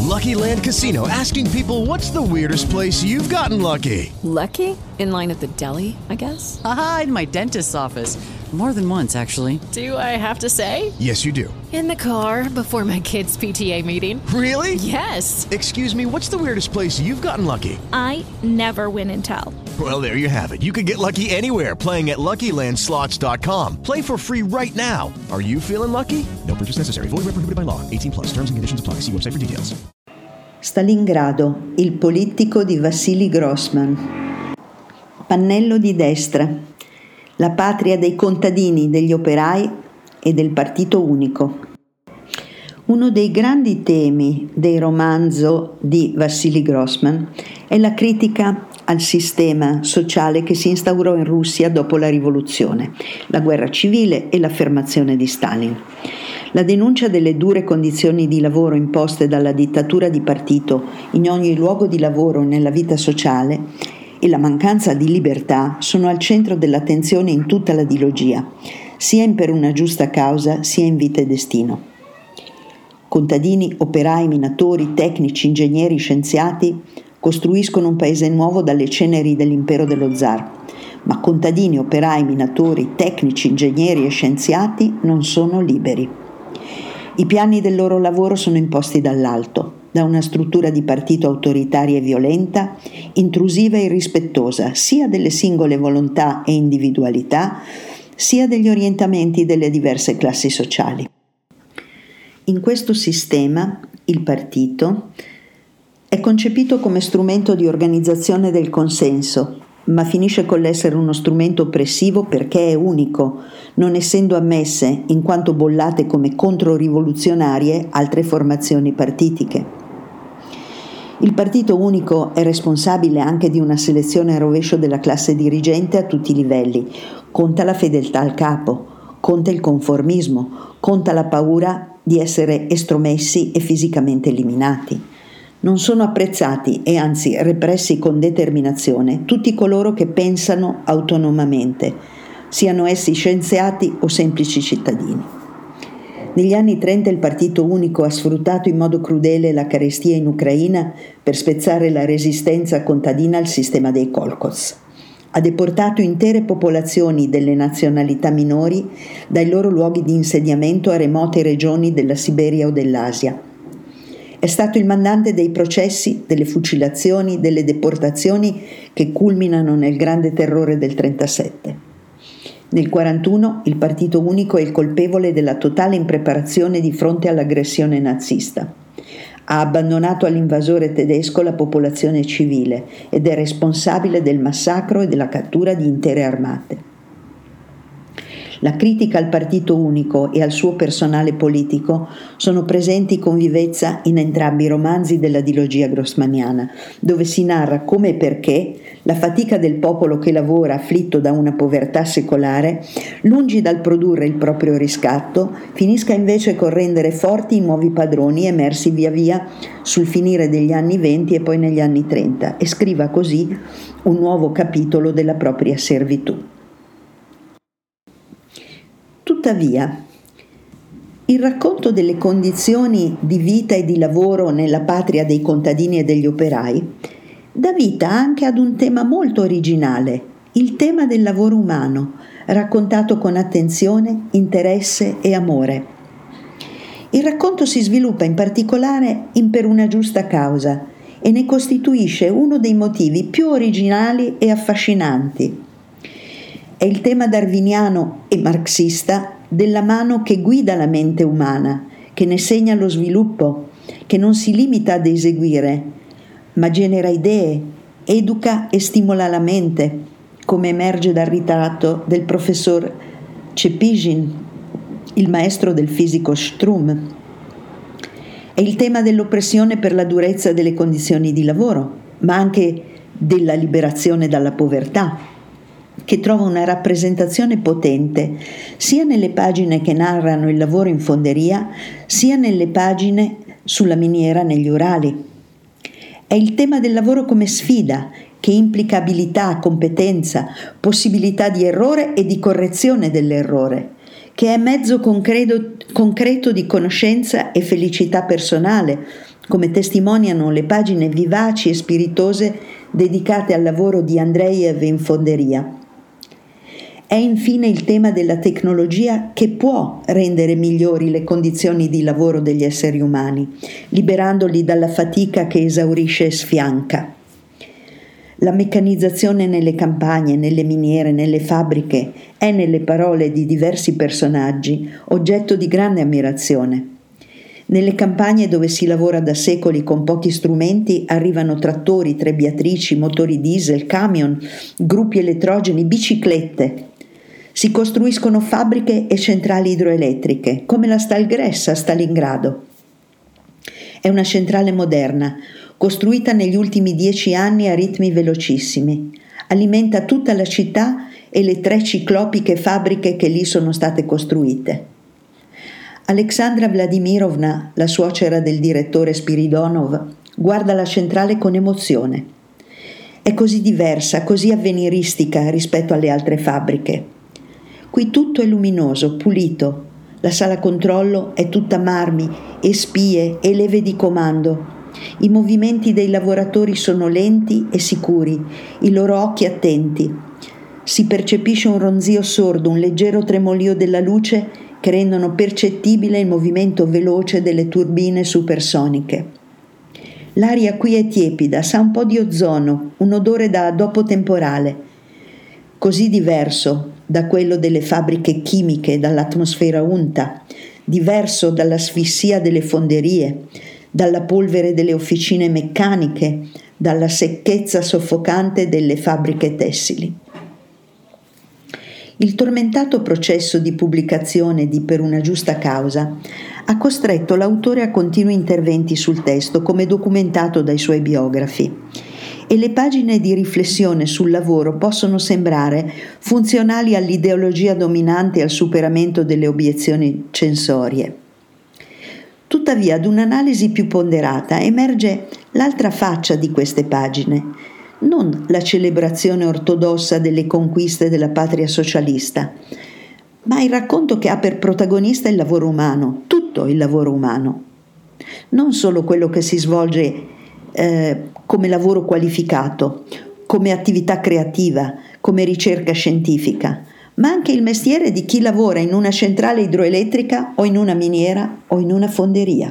Lucky Land Casino, asking people, what's the weirdest place you've gotten lucky? Lucky? In line at the deli, I guess? Aha, in my dentist's office. More than once, actually. Do I have to say? Yes, you do. In the car before my kids' PTA meeting. Really? Yes. Excuse me, what's the weirdest place you've gotten lucky? I never win and tell. Well, there you have it. You can get lucky anywhere, playing at LuckyLandSlots.com. Play for free right now. Are you feeling lucky? No purchase necessary. Void where prohibited by law. 18+. Terms and conditions apply. See website for details. Stalingrado, il politico di Vassili Grossman. Pannello di destra. La patria dei contadini, degli operai e del partito unico. Uno dei grandi temi del romanzo di Vassili Grossman è la critica al sistema sociale che si instaurò in Russia dopo la rivoluzione, la guerra civile e l'affermazione di Stalin. La denuncia delle dure condizioni di lavoro imposte dalla dittatura di partito in ogni luogo di lavoro nella vita sociale e la mancanza di libertà sono al centro dell'attenzione in tutta la dilogia, sia in Per una giusta causa, sia in Vita e destino. Contadini, operai, minatori, tecnici, ingegneri, scienziati costruiscono un paese nuovo dalle ceneri dell'impero dello zar, ma contadini, operai, minatori, tecnici, ingegneri e scienziati non sono liberi. I piani del loro lavoro sono imposti dall'alto, da una struttura di partito autoritaria e violenta, intrusiva e irrispettosa sia delle singole volontà e individualità, sia degli orientamenti delle diverse classi sociali. In questo sistema, il partito è concepito come strumento di organizzazione del consenso, ma finisce con l'essere uno strumento oppressivo perché è unico, non essendo ammesse, in quanto bollate come controrivoluzionarie, altre formazioni partitiche. Il partito unico è responsabile anche di una selezione a rovescio della classe dirigente a tutti i livelli. Conta la fedeltà al capo, conta il conformismo, conta la paura di essere estromessi e fisicamente eliminati. Non sono apprezzati e anzi repressi con determinazione tutti coloro che pensano autonomamente, siano essi scienziati o semplici cittadini. Negli anni 30 il partito unico ha sfruttato in modo crudele la carestia in Ucraina per spezzare la resistenza contadina al sistema dei kolkhoz. Ha deportato intere popolazioni delle nazionalità minori dai loro luoghi di insediamento a remote regioni della Siberia o dell'Asia. È stato il mandante dei processi, delle fucilazioni, delle deportazioni che culminano nel grande terrore del 1937. Nel 1941 il partito unico è il colpevole della totale impreparazione di fronte all'aggressione nazista. Ha abbandonato all'invasore tedesco la popolazione civile ed è responsabile del massacro e della cattura di intere armate. La critica al partito unico e al suo personale politico sono presenti con vivezza in entrambi i romanzi della dilogia grossmaniana, dove si narra come e perché la fatica del popolo che lavora afflitto da una povertà secolare, lungi dal produrre il proprio riscatto, finisca invece col rendere forti i nuovi padroni emersi via via sul finire degli anni 20 e poi negli anni 30 e scriva così un nuovo capitolo della propria servitù. Tuttavia, il racconto delle condizioni di vita e di lavoro nella patria dei contadini e degli operai dà vita anche ad un tema molto originale, il tema del lavoro umano, raccontato con attenzione, interesse e amore. Il racconto si sviluppa in particolare in Per una giusta causa e ne costituisce uno dei motivi più originali e affascinanti. È il tema darwiniano e marxista della mano che guida la mente umana, che ne segna lo sviluppo, che non si limita ad eseguire, ma genera idee, educa e stimola la mente, come emerge dal ritratto del professor Cepigin, il maestro del fisico Strum. È il tema dell'oppressione per la durezza delle condizioni di lavoro, ma anche della liberazione dalla povertà, che trova una rappresentazione potente sia nelle pagine che narrano il lavoro in fonderia, sia nelle pagine sulla miniera negli Urali. È il tema del lavoro come sfida, che implica abilità, competenza, possibilità di errore e di correzione dell'errore, che è mezzo concreto di conoscenza e felicità personale, come testimoniano le pagine vivaci e spiritose dedicate al lavoro di Andrejev in fonderia. È infine il tema della tecnologia che può rendere migliori le condizioni di lavoro degli esseri umani, liberandoli dalla fatica che esaurisce e sfianca. La meccanizzazione nelle campagne, nelle miniere, nelle fabbriche è, nelle parole di diversi personaggi, oggetto di grande ammirazione. Nelle campagne dove si lavora da secoli con pochi strumenti arrivano trattori, trebbiatrici, motori diesel, camion, gruppi elettrogeni, biciclette. Si costruiscono fabbriche e centrali idroelettriche, come la Stalgres a Stalingrado. È una centrale moderna, costruita negli ultimi 10 anni a ritmi velocissimi. Alimenta tutta la città e le 3 ciclopiche fabbriche che lì sono state costruite. Alexandra Vladimirovna, la suocera del direttore Spiridonov, guarda la centrale con emozione. È così diversa, così avveniristica rispetto alle altre fabbriche. Qui tutto è luminoso, pulito. La sala controllo è tutta marmi e spie e leve di comando. I movimenti dei lavoratori sono lenti e sicuri, i loro occhi attenti. Si percepisce un ronzio sordo, un leggero tremolio della luce che rendono percettibile il movimento veloce delle turbine supersoniche. L'aria qui è tiepida, sa un po' di ozono, un odore da dopo temporale, così diverso da quello delle fabbriche chimiche, dall'atmosfera unta, diverso dall'asfissia delle fonderie, dalla polvere delle officine meccaniche, dalla secchezza soffocante delle fabbriche tessili. Il tormentato processo di pubblicazione di Per una giusta causa ha costretto l'autore a continui interventi sul testo, come documentato dai suoi biografi, e le pagine di riflessione sul lavoro possono sembrare funzionali all'ideologia dominante e al superamento delle obiezioni censorie. Tuttavia, ad un'analisi più ponderata emerge l'altra faccia di queste pagine, non la celebrazione ortodossa delle conquiste della patria socialista, ma il racconto che ha per protagonista il lavoro umano, tutto il lavoro umano, non solo quello che si svolge come lavoro qualificato, come attività creativa, come ricerca scientifica, ma anche il mestiere di chi lavora in una centrale idroelettrica o in una miniera o in una fonderia.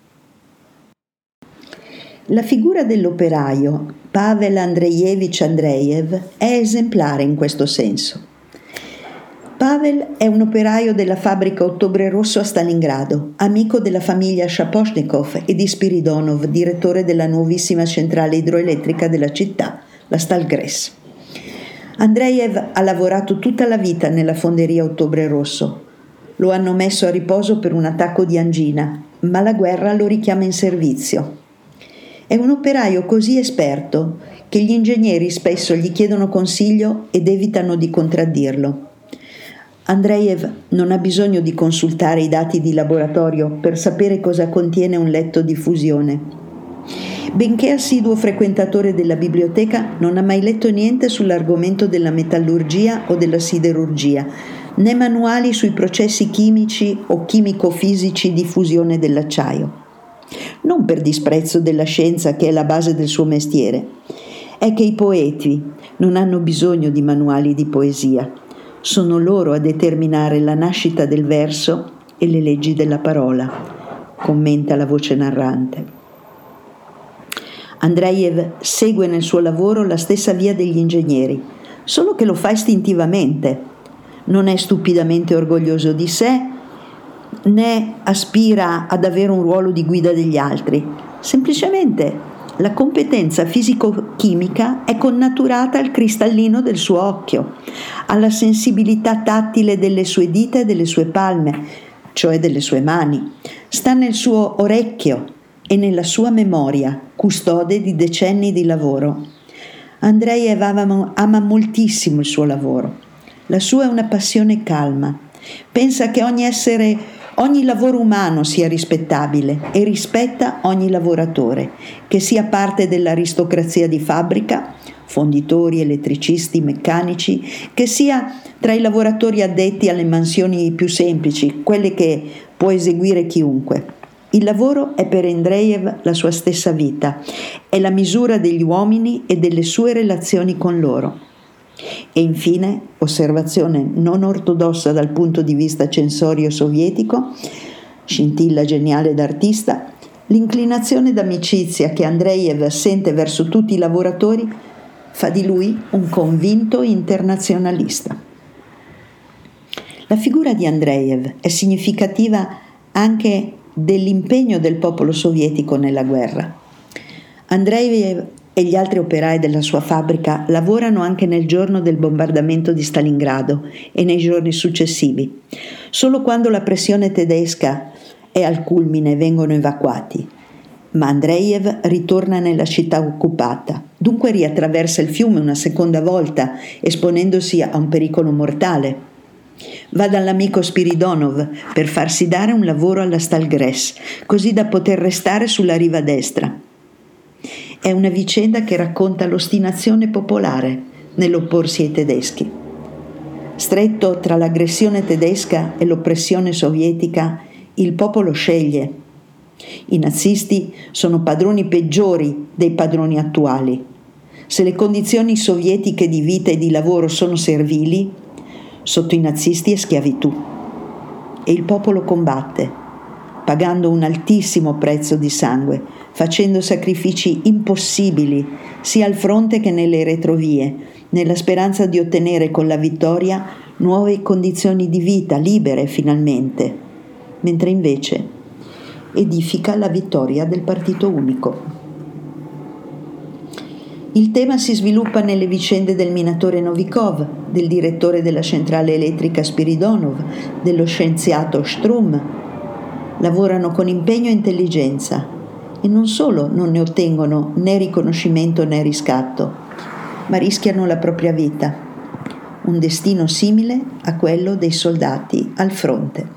La figura dell'operaio Pavel Andrejevich Andrejev è esemplare in questo senso. Pavel è un operaio della fabbrica Ottobre Rosso a Stalingrado, amico della famiglia Shaposhnikov e di Spiridonov, direttore della nuovissima centrale idroelettrica della città, la Stalgres. Andrejev ha lavorato tutta la vita nella fonderia Ottobre Rosso. Lo hanno messo a riposo per un attacco di angina, ma la guerra lo richiama in servizio. È un operaio così esperto che gli ingegneri spesso gli chiedono consiglio ed evitano di contraddirlo. Andrejev non ha bisogno di consultare i dati di laboratorio per sapere cosa contiene un letto di fusione. Benché assiduo frequentatore della biblioteca, non ha mai letto niente sull'argomento della metallurgia o della siderurgia, né manuali sui processi chimici o chimico-fisici di fusione dell'acciaio. Non per disprezzo della scienza che è la base del suo mestiere, è che i poeti non hanno bisogno di manuali di poesia, sono loro a determinare la nascita del verso e le leggi della parola, commenta la voce narrante. Andrejev segue nel suo lavoro la stessa via degli ingegneri, solo che lo fa istintivamente, non è stupidamente orgoglioso di sé, né aspira ad avere un ruolo di guida degli altri. Semplicemente la competenza fisico-chimica è connaturata al cristallino del suo occhio, alla sensibilità tattile delle sue dita e delle sue palme, cioè delle sue mani. Sta nel suo orecchio e nella sua memoria, custode di decenni di lavoro. Andrejev ama moltissimo il suo lavoro. La sua è una passione calma. Pensa che ogni lavoro umano sia rispettabile e rispetta ogni lavoratore, che sia parte dell'aristocrazia di fabbrica, fonditori, elettricisti, meccanici, che sia tra i lavoratori addetti alle mansioni più semplici, quelle che può eseguire chiunque. Il lavoro è per Andreev la sua stessa vita, è la misura degli uomini e delle sue relazioni con loro. E infine, osservazione non ortodossa dal punto di vista censorio sovietico, scintilla geniale d'artista, l'inclinazione d'amicizia che Andreev sente verso tutti i lavoratori fa di lui un convinto internazionalista. La figura di Andreev è significativa anche dell'impegno del popolo sovietico nella guerra. Andreev e gli altri operai della sua fabbrica lavorano anche nel giorno del bombardamento di Stalingrado e nei giorni successivi. Solo quando la pressione tedesca è al culmine vengono evacuati. Ma Andreev ritorna nella città occupata, dunque riattraversa il fiume una seconda volta, esponendosi a un pericolo mortale. Va dall'amico Spiridonov per farsi dare un lavoro alla Stalgres, così da poter restare sulla riva destra. È una vicenda che racconta l'ostinazione popolare nell'opporsi ai tedeschi. Stretto tra l'aggressione tedesca e l'oppressione sovietica, il popolo sceglie. I nazisti sono padroni peggiori dei padroni attuali. Se le condizioni sovietiche di vita e di lavoro sono servili, sotto i nazisti è schiavitù. E il popolo combatte, pagando un altissimo prezzo di sangue, facendo sacrifici impossibili sia al fronte che nelle retrovie, nella speranza di ottenere con la vittoria nuove condizioni di vita libere finalmente, mentre invece edifica la vittoria del partito unico. Il tema si sviluppa nelle vicende del minatore Novikov, del direttore della centrale elettrica Spiridonov, dello scienziato Strum. Lavorano con impegno e intelligenza e non solo non ne ottengono né riconoscimento né riscatto, ma rischiano la propria vita, un destino simile a quello dei soldati al fronte.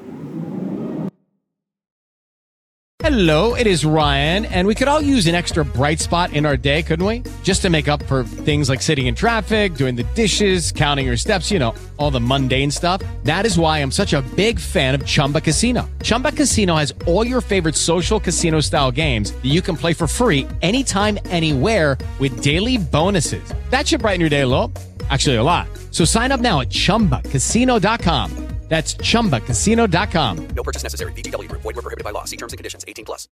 Hello, it is Ryan, and we could all use an extra bright spot in our day, couldn't we? Just to make up for things like sitting in traffic, doing the dishes, counting your steps, you know, all the mundane stuff. That is why I'm such a big fan of Chumba Casino. Chumba Casino has all your favorite social casino-style games that you can play for free anytime, anywhere with daily bonuses. That should brighten your day a little. Actually, a lot. So sign up now at ChumbaCasino.com. That's ChumbaCasino.com. No purchase necessary. VGW Group. Void where prohibited by law. See terms and conditions. 18+.